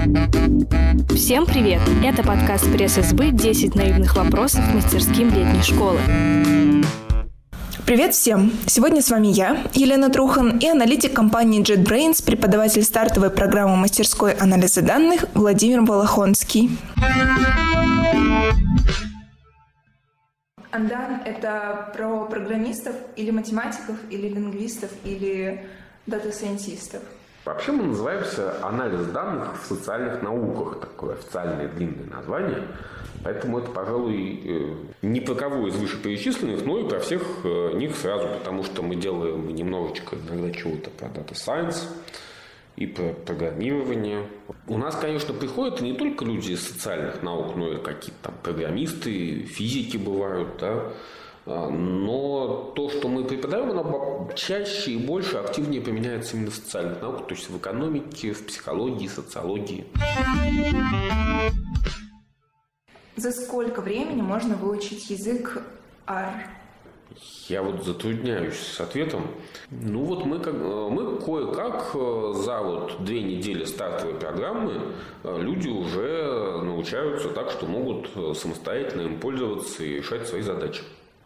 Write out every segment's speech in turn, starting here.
Всем привет! Это подкаст пресс-избы «10 наивных вопросов мастерским летней школы». Привет всем! Сегодня с вами я, Елена Трухан, и аналитик компании JetBrains, преподаватель стартовой программы мастерской анализа данных Владимир Балахонский. Андан – это про программистов или математиков, или лингвистов, или дата-сайентистов? Вообще мы называемся анализ данных в социальных науках, такое официальное длинное название. Поэтому это, пожалуй, не про кого из вышеперечисленных, но и про всех них сразу, потому что мы делаем немножечко иногда чего-то про Data Science и про программирование. У нас, конечно, приходят не только люди из социальных наук, но и какие-то там программисты, физики бывают, да. Но то, что мы преподаем, оно чаще и больше активнее применяется именно в социальных науках, то есть в экономике, в психологии, социологии. За сколько времени можно выучить язык R? Я вот затрудняюсь с ответом. Ну вот мы кое-как за 2 недели стартовой программы люди уже научаются так, что могут самостоятельно им пользоваться и решать свои задачи.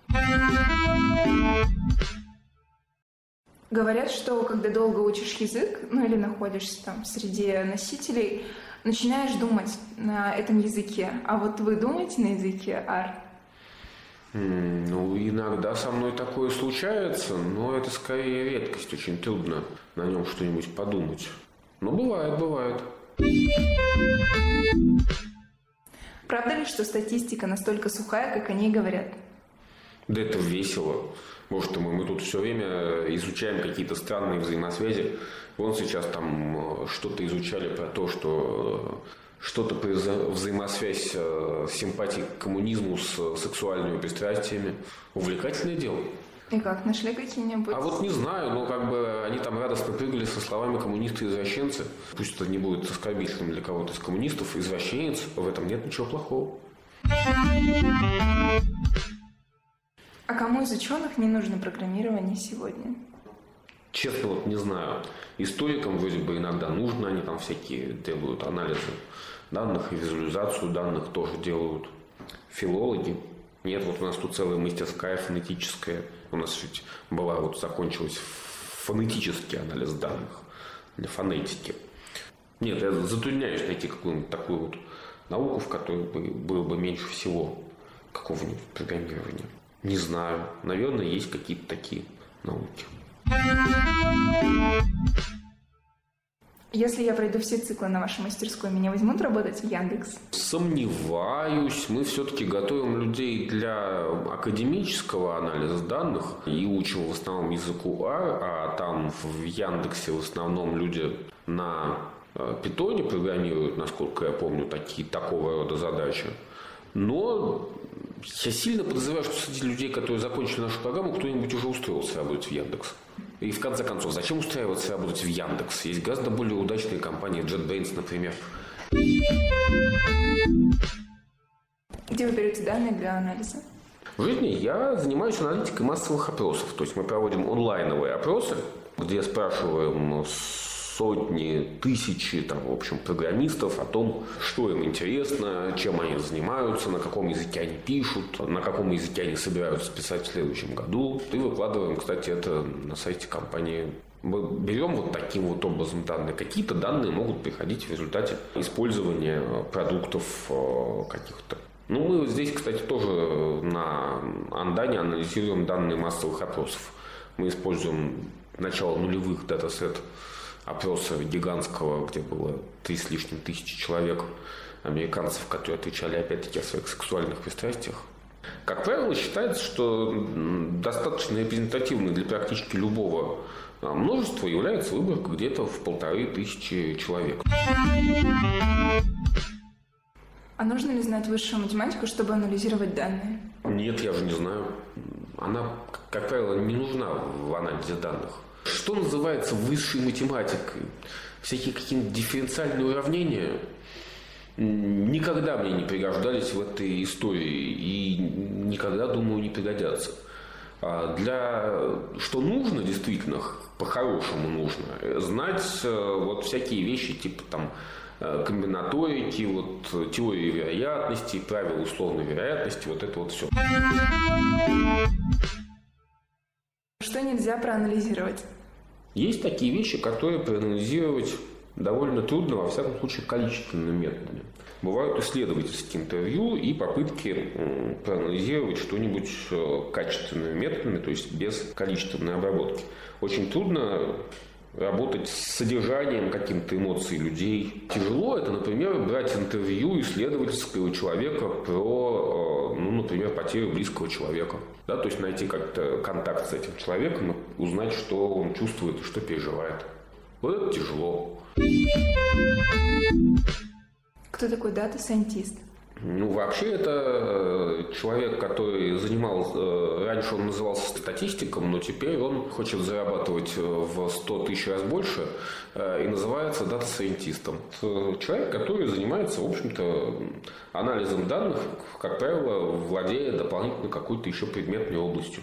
Говорят, что когда долго учишь язык, или находишься там среди носителей, начинаешь думать на этом языке. А вот вы думаете на языке R? Иногда со мной такое случается, но это скорее редкость. Очень трудно на нем что-нибудь подумать. Но бывает. Правда ли, что статистика настолько сухая, как они говорят? Да это весело. Может, мы тут все время изучаем какие-то странные взаимосвязи. Вон сейчас там что-то изучали про то, что что-то про взаимосвязь симпатии к коммунизму с сексуальными пристрастиями. Увлекательное дело. И как, нашли какие-нибудь? А вот не знаю, они там радостно прыгали со словами «коммунисты-извращенцы». Пусть это не будет оскорбительным для кого-то из коммунистов. Извращенец, в этом нет ничего плохого. А кому из ученых не нужно программирование сегодня? Честно, не знаю. Историкам вроде бы иногда нужно, они там всякие делают анализы данных и визуализацию данных тоже делают. Филологи. Нет, у нас тут целая мастерская фонетическая. У нас ведь закончилась фонетический анализ данных для фонетики. Нет, я затрудняюсь найти какую-нибудь такую науку, в которой было бы меньше всего какого-нибудь программирования. Не знаю. Наверное, есть какие-то такие науки. Если я пройду все циклы на вашей мастерской, меня возьмут работать в Яндекс? Сомневаюсь. Мы все-таки готовим людей для академического анализа данных и учим в основном языку R, а там в Яндексе в основном люди на питоне программируют, насколько я помню, такого рода задачи. Но я сильно подозреваю, что среди людей, которые закончили нашу программу, кто-нибудь уже устроился работать в Яндекс. И в конце концов, зачем устраиваться работать в Яндекс? Есть гораздо более удачные компании, JetBrains, например. Где вы берете данные для анализа? В жизни я занимаюсь аналитикой массовых опросов. То есть мы проводим онлайновые опросы, где спрашиваем сотни, тысячи, программистов о том, что им интересно, чем они занимаются, на каком языке они пишут, на каком языке они собираются писать в следующем году. И выкладываем, кстати, это на сайте компании. Мы берем таким образом данные. Какие-то данные могут приходить в результате использования продуктов каких-то. Мы здесь, кстати, тоже на Андане анализируем данные массовых опросов. Мы используем начало нулевых датасет опроса гигантского, где было 3 с лишним тысячи человек, американцев, которые отвечали опять-таки о своих сексуальных пристрастиях. Как правило, считается, что достаточно репрезентативной для практически любого множества является выборка где-то в 1500 человек. А нужно ли знать высшую математику, чтобы анализировать данные? Нет, я же не знаю. Она, как правило, не нужна в анализе данных. Что называется высшей математикой? Всякие какие-то дифференциальные уравнения никогда мне не пригождались в этой истории и никогда, думаю, не пригодятся. Что нужно действительно, по-хорошему нужно знать всякие вещи, типа комбинаторики, вот, теории вероятности, правила условной вероятности, вот это вот все. Что нельзя проанализировать? Есть такие вещи, которые проанализировать довольно трудно, во всяком случае, количественными методами. Бывают исследовательские интервью и попытки проанализировать что-нибудь качественными методами, то есть без количественной обработки. Очень трудно работать с содержанием каким-то эмоций людей. Тяжело это, например, брать интервью исследовательского человека про, например, потерю близкого человека. Да, то есть найти как-то контакт с этим человеком и узнать, что он чувствует и что переживает. Вот это тяжело. Кто такой дата-сайентист? Вообще, это человек, который раньше он назывался статистиком, но теперь он хочет зарабатывать в 100 тысяч раз больше и называется дата-сайентистом. Человек, который занимается, в общем-то, анализом данных, как правило, владея дополнительно какой-то еще предметной областью.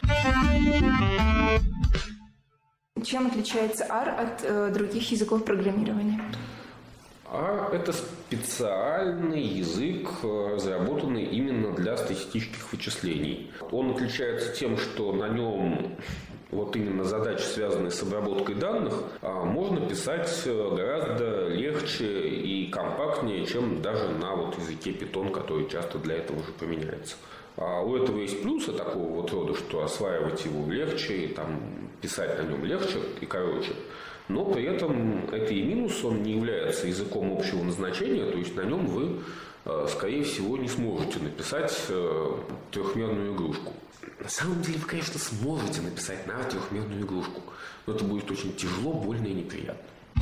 Чем отличается R от других языков программирования? R – это специальный язык, разработанный именно для статистических вычислений. Он отличается тем, что на нем вот именно задачи, связанные с обработкой данных, можно писать гораздо легче и компактнее, чем даже на языке Python, который часто для этого уже применяется. А у этого есть плюсы такого вот рода, что осваивать его легче, и писать на нем легче и короче. Но при этом это и минус, он не является языком общего назначения, то есть на нем вы, скорее всего, не сможете написать трехмерную игрушку. На самом деле вы, конечно, сможете написать на трехмерную игрушку, но это будет очень тяжело, больно и неприятно.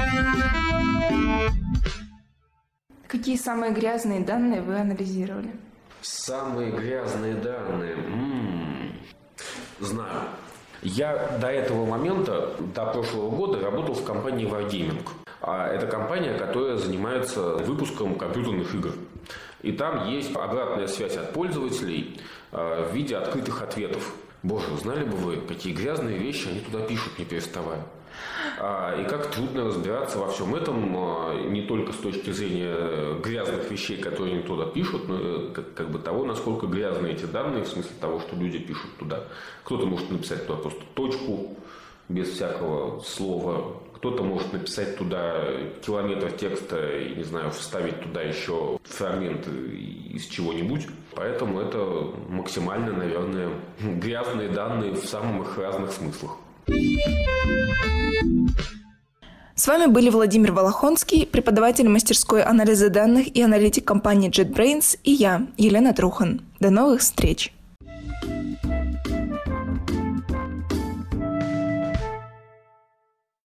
Какие самые грязные данные вы анализировали? Самые грязные данные? Знаю. Я до этого момента, до прошлого года, работал в компании Wargaming. Это компания, которая занимается выпуском компьютерных игр. И там есть обратная связь от пользователей в виде открытых ответов. Боже, знали бы вы, какие грязные вещи они туда пишут, не переставая. И как трудно разбираться во всем этом, не только с точки зрения грязных вещей, которые они туда пишут, но как бы того, насколько грязны эти данные, в смысле того, что люди пишут туда. Кто-то может написать туда просто точку без всякого слова, кто-то может написать туда километр текста и, не знаю, вставить туда еще фрагмент из чего-нибудь. Поэтому это максимально, наверное, грязные данные в самых разных смыслах. С вами были Владимир Волохонский, преподаватель мастерской анализа данных и аналитик компании JetBrains, и я, Елена Трухан. До новых встреч!